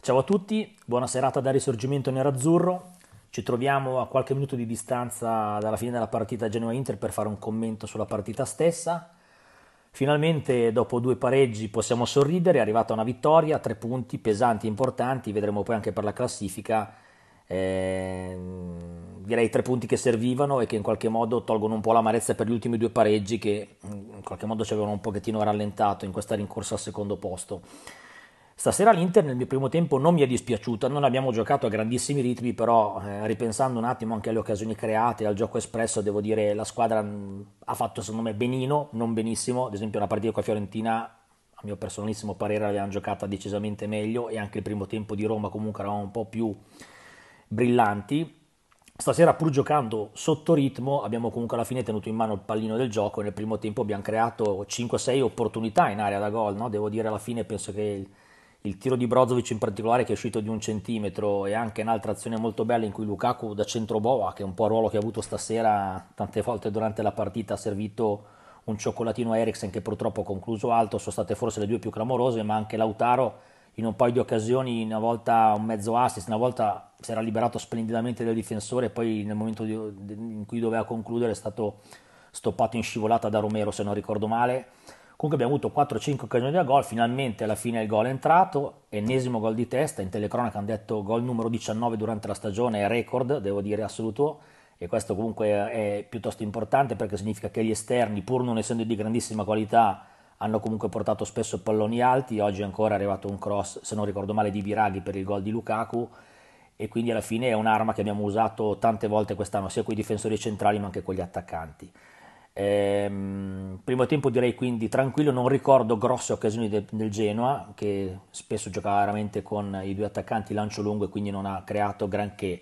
Ciao a tutti, buona serata da Risorgimento Nerazzurro. Ci troviamo a qualche minuto di distanza dalla fine della partita Genoa-Inter per fare un commento sulla partita stessa. Finalmente, dopo due pareggi, possiamo sorridere. È arrivata una vittoria, 3 punti pesanti e importanti. Vedremo poi anche per la classifica. Direi 3 punti che servivano e che in qualche modo tolgono un po' l'amarezza per gli ultimi due pareggi che in qualche modo ci avevano un pochettino rallentato in questa rincorsa al secondo posto. Stasera l'Inter nel mio primo tempo non mi è dispiaciuta, non abbiamo giocato a grandissimi ritmi, però ripensando un attimo anche alle occasioni create, al gioco espresso, devo dire la squadra ha fatto secondo me benino, non benissimo. Ad esempio una partita con la Fiorentina, a mio personalissimo parere, l'abbiamo giocata decisamente meglio e anche il primo tempo di Roma comunque eravamo un po' più brillanti. Stasera, pur giocando sotto ritmo, abbiamo comunque alla fine tenuto in mano il pallino del gioco e nel primo tempo abbiamo creato 5-6 opportunità in area da gol, no? Devo dire alla fine penso che il tiro di Brozovic in particolare, che è uscito di 1 centimetro, e anche un'altra azione molto bella in cui Lukaku da centro boa, che è un po' il ruolo che ha avuto stasera tante volte durante la partita, ha servito un cioccolatino a Eriksen che purtroppo ha concluso alto, sono state forse le due più clamorose, ma anche Lautaro in un paio di occasioni, una volta un mezzo assist, una volta si era liberato splendidamente del difensore e poi nel momento in cui doveva concludere è stato stoppato in scivolata da Romero, se non ricordo male. Comunque abbiamo avuto 4-5 occasioni da gol, finalmente alla fine il gol è entrato, ennesimo gol di testa, in telecronaca hanno detto gol numero 19 durante la stagione, è record, devo dire assoluto, e questo comunque è piuttosto importante perché significa che gli esterni, pur non essendo di grandissima qualità, hanno comunque portato spesso palloni alti. Oggi è ancora arrivato un cross, se non ricordo male, di Biraghi per il gol di Lukaku, e quindi alla fine è un'arma che abbiamo usato tante volte quest'anno, sia con i difensori centrali ma anche con gli attaccanti. Primo tempo direi quindi tranquillo, non ricordo grosse occasioni del Genoa, che spesso giocava veramente con i due attaccanti lancio lungo e quindi non ha creato granché.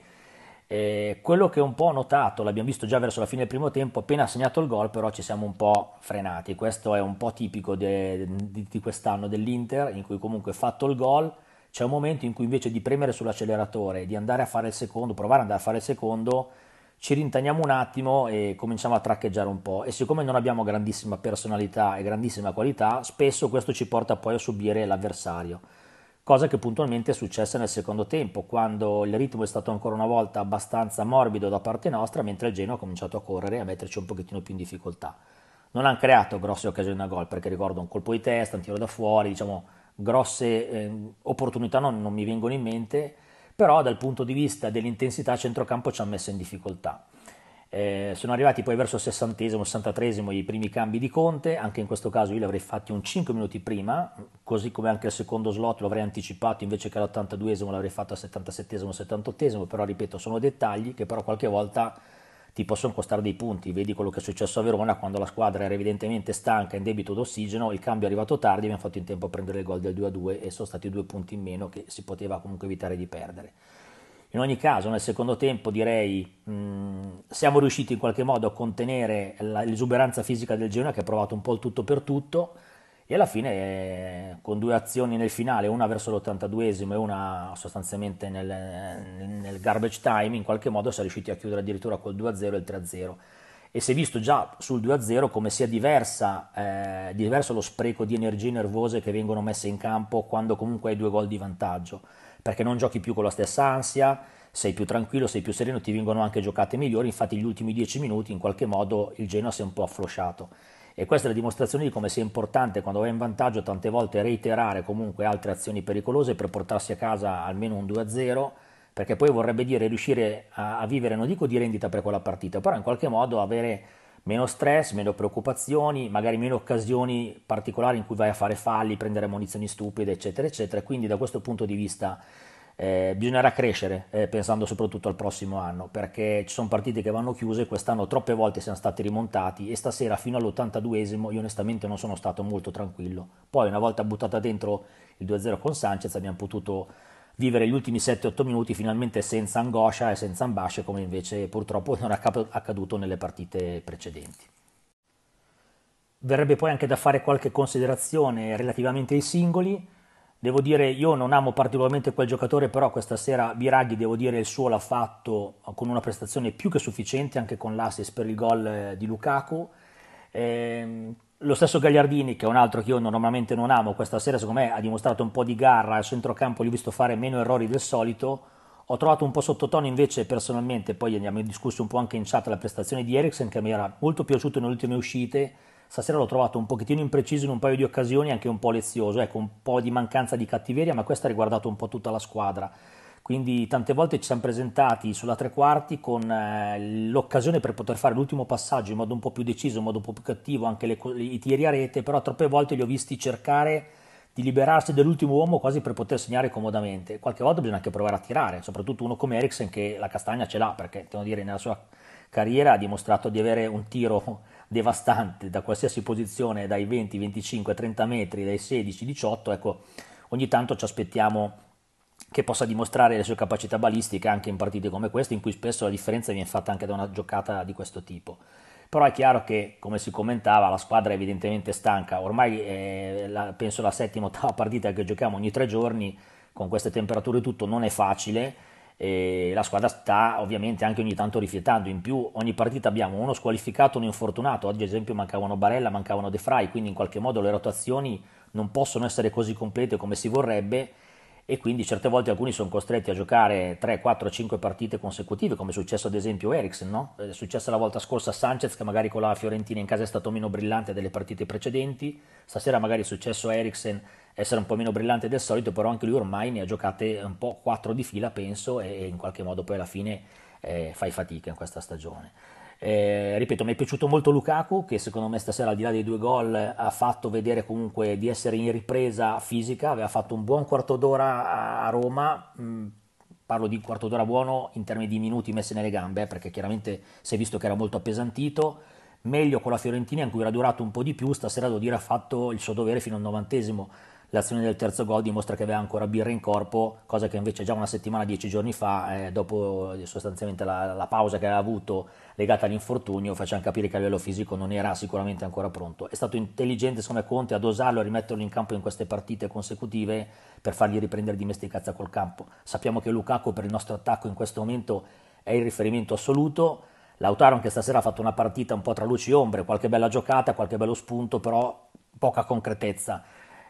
Quello che un po' ho notato, l'abbiamo visto già verso la fine del primo tempo, appena segnato il gol però ci siamo un po' frenati. Questo è un po' tipico di quest'anno dell'Inter, in cui comunque fatto il gol c'è un momento in cui invece di premere sull'acceleratore e di andare a fare il secondo, provare ad andare a fare il secondo, ci rintaniamo un attimo e cominciamo a traccheggiare un po', e siccome non abbiamo grandissima personalità e grandissima qualità, spesso questo ci porta poi a subire l'avversario, cosa che puntualmente è successa nel secondo tempo, quando il ritmo è stato ancora una volta abbastanza morbido da parte nostra, mentre il Genoa ha cominciato a correre e a metterci un pochettino più in difficoltà. Non hanno creato grosse occasioni da gol, perché ricordo un colpo di testa, un tiro da fuori, diciamo grosse opportunità non mi vengono in mente, però dal punto di vista dell'intensità a centrocampo ci ha messo in difficoltà. Sono arrivati poi verso il 60esimo, 63esimo i primi cambi di Conte, anche in questo caso io li avrei fatti un 5 minuti prima, così come anche il secondo slot lo avrei anticipato, invece che all'82esimo l'avrei fatto al 77esimo, 78esimo, però ripeto sono dettagli che però qualche volta ti possono costare dei punti. Vedi quello che è successo a Verona quando la squadra era evidentemente stanca, in debito d'ossigeno, il cambio è arrivato tardi, abbiamo fatto in tempo a prendere il gol del 2-2 e sono stati 2 punti in meno che si poteva comunque evitare di perdere. In ogni caso, nel secondo tempo direi siamo riusciti in qualche modo a contenere l'esuberanza fisica del Genoa, che ha provato un po' il tutto per tutto, e alla fine con due azioni nel finale, una verso l'82esimo e una sostanzialmente nel garbage time, in qualche modo si è riusciti a chiudere addirittura col 2-0 e il 3-0. E si è visto già sul 2-0 come sia diverso lo spreco di energie nervose che vengono messe in campo quando comunque hai due gol di vantaggio, perché non giochi più con la stessa ansia, sei più tranquillo, sei più sereno, ti vengono anche giocate migliori. Infatti gli ultimi 10 minuti in qualche modo il Genoa si è un po' afflosciato, e questa è la dimostrazione di come sia importante quando vai in vantaggio tante volte reiterare comunque altre azioni pericolose per portarsi a casa almeno un 2-0, perché poi vorrebbe dire riuscire a vivere, non dico di rendita per quella partita, però in qualche modo avere meno stress, meno preoccupazioni, magari meno occasioni particolari in cui vai a fare falli, prendere munizioni stupide, eccetera, eccetera. Quindi da questo punto di vista bisognerà crescere, pensando soprattutto al prossimo anno, perché ci sono partite che vanno chiuse. Quest'anno troppe volte siamo stati rimontati e stasera fino all'82esimo io onestamente non sono stato molto tranquillo. Poi una volta buttata dentro il 2-0 con Sanchez abbiamo potuto vivere gli ultimi 7-8 minuti finalmente senza angoscia e senza ambasce, come invece purtroppo non è accaduto nelle partite precedenti. Verrebbe poi anche da fare qualche considerazione relativamente ai singoli. Devo dire, io non amo particolarmente quel giocatore, però questa sera Biraghi, devo dire, il suo l'ha fatto con una prestazione più che sufficiente, anche con l'assist per il gol di Lukaku. Lo stesso Gagliardini, che è un altro che io normalmente non amo, questa sera secondo me ha dimostrato un po' di garra al centrocampo, gli ho visto fare meno errori del solito. Ho trovato un po' sottotono invece personalmente, poi abbiamo discusso un po' anche in chat la prestazione di Eriksen che mi era molto piaciuto nelle ultime uscite. Stasera l'ho trovato un pochettino impreciso in un paio di occasioni, anche un po' lezioso, ecco, un po' di mancanza di cattiveria, ma questo ha riguardato un po' tutta la squadra. Quindi tante volte ci siamo presentati sulla tre quarti con l'occasione per poter fare l'ultimo passaggio in modo un po' più deciso, in modo un po' più cattivo, anche i tiri a rete, però troppe volte li ho visti cercare di liberarsi dell'ultimo uomo quasi per poter segnare comodamente. Qualche volta bisogna anche provare a tirare, soprattutto uno come Eriksen che la castagna ce l'ha, perché devo dire nella sua carriera ha dimostrato di avere un tiro devastante da qualsiasi posizione, dai 20, 25, 30 metri, dai 16, 18, ecco, ogni tanto ci aspettiamo che possa dimostrare le sue capacità balistiche anche in partite come queste, in cui spesso la differenza viene fatta anche da una giocata di questo tipo. Però è chiaro che, come si commentava, la squadra è evidentemente stanca. Ormai penso la settima o ottava partita che giochiamo ogni 3 giorni, con queste temperature e tutto, non è facile. E la squadra sta ovviamente anche ogni tanto rifiatando. In più, ogni partita abbiamo uno squalificato, uno infortunato. Oggi, ad esempio, mancavano Barella, mancavano De Vrij, quindi in qualche modo le rotazioni non possono essere così complete come si vorrebbe e quindi certe volte alcuni sono costretti a giocare 3, 4, 5 partite consecutive, come è successo ad esempio a Eriksen, no? È successo la volta scorsa a Sanchez che magari con la Fiorentina in casa è stato meno brillante delle partite precedenti, stasera magari è successo a Eriksen essere un po' meno brillante del solito, però anche lui ormai ne ha giocate un po' 4 di fila penso e in qualche modo poi alla fine fai fatica in questa stagione. Ripeto, mi è piaciuto molto Lukaku, che secondo me stasera al di là dei 2 gol ha fatto vedere comunque di essere in ripresa fisica, aveva fatto un buon quarto d'ora a Roma, parlo di quarto d'ora buono in termini di minuti messi nelle gambe, perché chiaramente si è visto che era molto appesantito, meglio con la Fiorentina in cui era durato un po' di più, stasera devo dire ha fatto il suo dovere fino al 90esimo. L'azione del terzo gol dimostra che aveva ancora birra in corpo, cosa che invece già una settimana, 10 giorni fa, dopo sostanzialmente la pausa che aveva avuto legata all'infortunio, faceva capire che a livello fisico non era sicuramente ancora pronto. È stato intelligente, secondo me, Conte a dosarlo e rimetterlo in campo in queste partite consecutive per fargli riprendere dimestichezza col campo. Sappiamo che Lukaku per il nostro attacco in questo momento è il riferimento assoluto. Lautaro anche stasera ha fatto una partita un po' tra luci e ombre, qualche bella giocata, qualche bello spunto, però poca concretezza.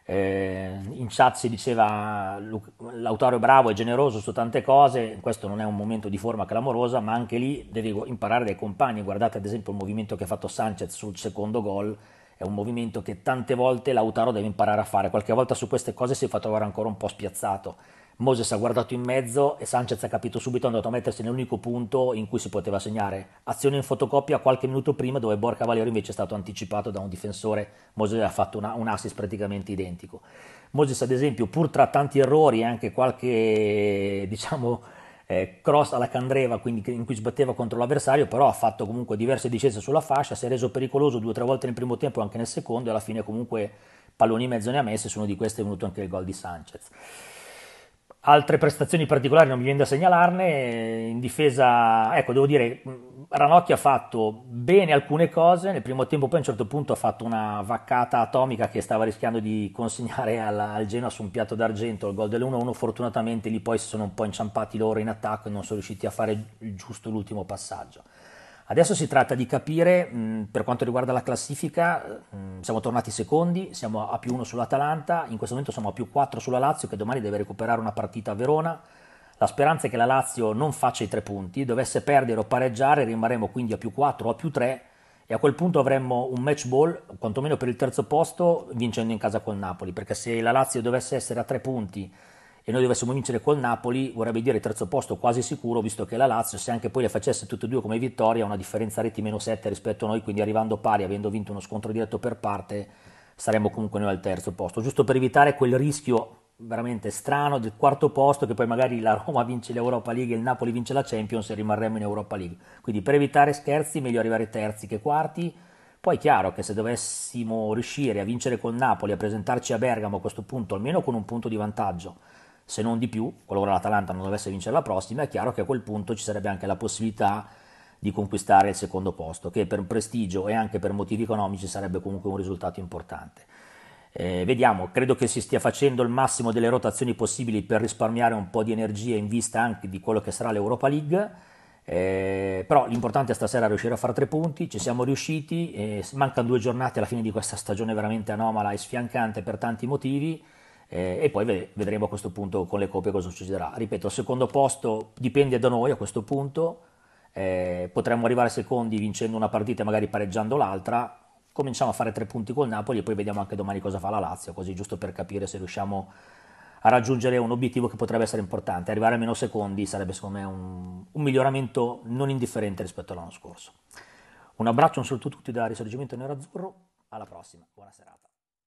In chat si diceva Lautaro è bravo, è generoso su tante cose, questo non è un momento di forma clamorosa, ma anche lì devi imparare dai compagni. Guardate ad esempio il movimento che ha fatto Sanchez sul secondo gol, è un movimento che tante volte Lautaro deve imparare a fare, qualche volta su queste cose si fa trovare ancora un po' spiazzato. Moses ha guardato in mezzo e Sanchez ha capito subito, è andato a mettersi nell'unico punto in cui si poteva segnare. Azione in fotocopia qualche minuto prima dove Borca Valero invece è stato anticipato da un difensore, Moses ha fatto un assist praticamente identico. Moses ad esempio pur tra tanti errori e anche qualche diciamo cross alla Candreva quindi in cui sbatteva contro l'avversario, però ha fatto comunque diverse discese sulla fascia, si è reso pericoloso 2 o 3 volte nel primo tempo e anche nel secondo e alla fine comunque palloni in mezzo ne ha messi, su uno di questi è venuto anche il gol di Sanchez. Altre prestazioni particolari non mi viene da segnalarne, in difesa, ecco, devo dire, Ranocchi ha fatto bene alcune cose, nel primo tempo poi a un certo punto ha fatto una vaccata atomica che stava rischiando di consegnare al Genoa su un piatto d'argento il gol dell'1-1, fortunatamente lì poi si sono un po' inciampati loro in attacco e non sono riusciti a fare giusto l'ultimo passaggio. Adesso si tratta di capire, per quanto riguarda la classifica, siamo tornati secondi, siamo a +1 sull'Atalanta, in questo momento siamo a +4 sulla Lazio che domani deve recuperare una partita a Verona. La speranza è che la Lazio non faccia i 3 punti, dovesse perdere o pareggiare rimarremo quindi a +4 o a +3 e a quel punto avremmo un match ball, quantomeno per il terzo posto, vincendo in casa col Napoli, perché se la Lazio dovesse essere a 3 punti e noi dovessimo vincere col Napoli, vorrebbe dire terzo posto quasi sicuro, visto che la Lazio, se anche poi le facesse tutte e due come vittoria, ha una differenza reti -7 rispetto a noi, quindi arrivando pari, avendo vinto uno scontro diretto per parte, saremmo comunque noi al terzo posto, giusto per evitare quel rischio veramente strano del quarto posto, che poi magari la Roma vince l'Europa League e il Napoli vince la Champions e rimarremmo in Europa League. Quindi per evitare scherzi, meglio arrivare terzi che quarti. Poi è chiaro che se dovessimo riuscire a vincere col Napoli, a presentarci a Bergamo a questo punto, almeno con un punto di vantaggio, se non di più, qualora l'Atalanta non dovesse vincere la prossima, è chiaro che a quel punto ci sarebbe anche la possibilità di conquistare il secondo posto, che per prestigio e anche per motivi economici sarebbe comunque un risultato importante. Vediamo, credo che si stia facendo il massimo delle rotazioni possibili per risparmiare un po' di energia in vista anche di quello che sarà l'Europa League. Però l'importante è stasera riuscire a fare 3 punti, ci siamo riusciti, mancano 2 giornate alla fine di questa stagione veramente anomala e sfiancante per tanti motivi, e poi vedremo a questo punto con le coppe cosa succederà. Ripeto, il secondo posto dipende da noi a questo punto, potremmo arrivare secondi vincendo una partita e magari pareggiando l'altra, cominciamo a fare 3 punti col Napoli e poi vediamo anche domani cosa fa la Lazio, così giusto per capire se riusciamo a raggiungere un obiettivo che potrebbe essere importante. Arrivare a meno secondi sarebbe secondo me un miglioramento non indifferente rispetto all'anno scorso. Un abbraccio, un saluto a tutti da Risorgimento Nerazzurro, alla prossima, buona serata.